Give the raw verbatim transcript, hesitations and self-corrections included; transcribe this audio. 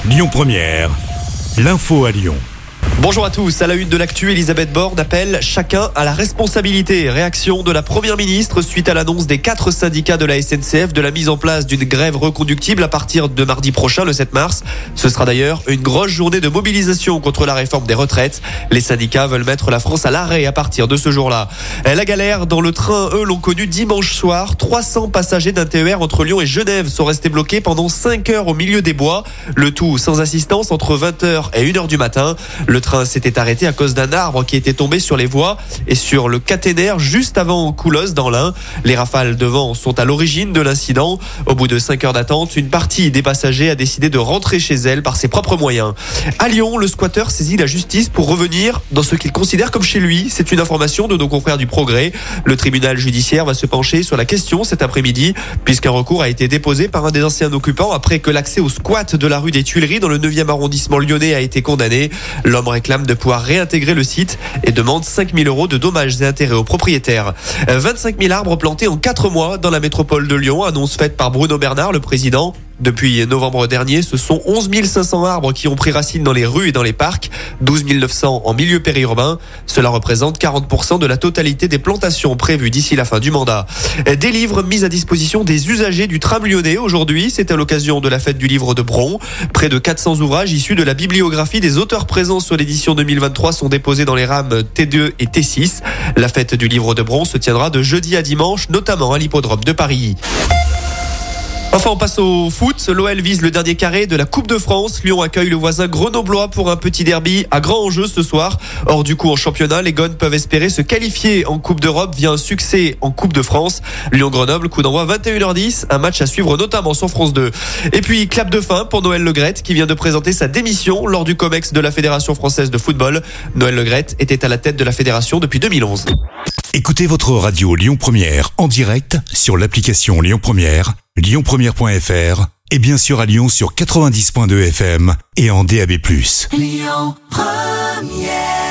Lyon Première, l'info à Lyon. Bonjour à tous, à la une de l'actu, Elisabeth Borne appelle chacun à la responsabilité. Réaction de la Première ministre suite à l'annonce des quatre syndicats de la S N C F de la mise en place d'une grève reconductible à partir de mardi prochain, le sept mars. Ce sera d'ailleurs une grosse journée de mobilisation contre la réforme des retraites. Les syndicats veulent mettre la France à l'arrêt à partir de ce jour-là. La galère dans le train, eux, l'ont connu dimanche soir. trois cents passagers d'un T E R entre Lyon et Genève sont restés bloqués pendant cinq heures au milieu des bois. Le tout sans assistance entre vingt heures et une heure du matin. Le train s'était arrêté à cause d'un arbre qui était tombé sur les voies et sur le caténaire juste avant Coulosse dans l'Ain. Les rafales de vent sont à l'origine de l'incident. Au bout de cinq heures d'attente, une partie des passagers a décidé de rentrer chez elle par ses propres moyens. À Lyon, le squatteur saisit la justice pour revenir dans ce qu'il considère comme chez lui. C'est une information de nos confrères du Progrès. Le tribunal judiciaire va se pencher sur la question cet après-midi puisqu'un recours a été déposé par un des anciens occupants après que l'accès au squat de la rue des Tuileries dans le neuvième arrondissement lyonnais a été condamné. L'homme réclame de pouvoir réintégrer le site et demande cinq mille euros de dommages et intérêts aux propriétaires. vingt-cinq mille arbres plantés en quatre mois dans la métropole de Lyon, annonce faite par Bruno Bernard, le président. Depuis novembre dernier, ce sont onze mille cinq cents arbres qui ont pris racine dans les rues et dans les parcs, douze mille neuf cents en milieu périurbain. Cela représente quarante pour cent de la totalité des plantations prévues d'ici la fin du mandat. Des livres mis à disposition des usagers du tram lyonnais aujourd'hui. C'est à l'occasion de la fête du livre de Bron. Près de quatre cents ouvrages issus de la bibliographie des auteurs présents sur l'édition deux mille vingt-trois sont déposés dans les rames T deux et T six. La fête du livre de Bron se tiendra de jeudi à dimanche, notamment à l'hippodrome de Paris. Enfin, on passe au foot. L'O L vise le dernier carré de la Coupe de France. Lyon accueille le voisin grenoblois pour un petit derby à grand enjeu ce soir. Hors du coup en championnat, les Gones peuvent espérer se qualifier en Coupe d'Europe via un succès en Coupe de France. Lyon-Grenoble, coup d'envoi vingt et une heures dix. Un match à suivre notamment sur France deux. Et puis, clap de fin pour Noël Le Graët qui vient de présenter sa démission lors du COMEX de la Fédération Française de Football. Noël Le Graët était à la tête de la fédération depuis deux mille onze. Écoutez votre radio Lyon Première en direct sur l'application Lyon Première, lyon première point f r et bien sûr à Lyon sur quatre-vingt-dix point deux F M et en D A B plus. Lyon Première.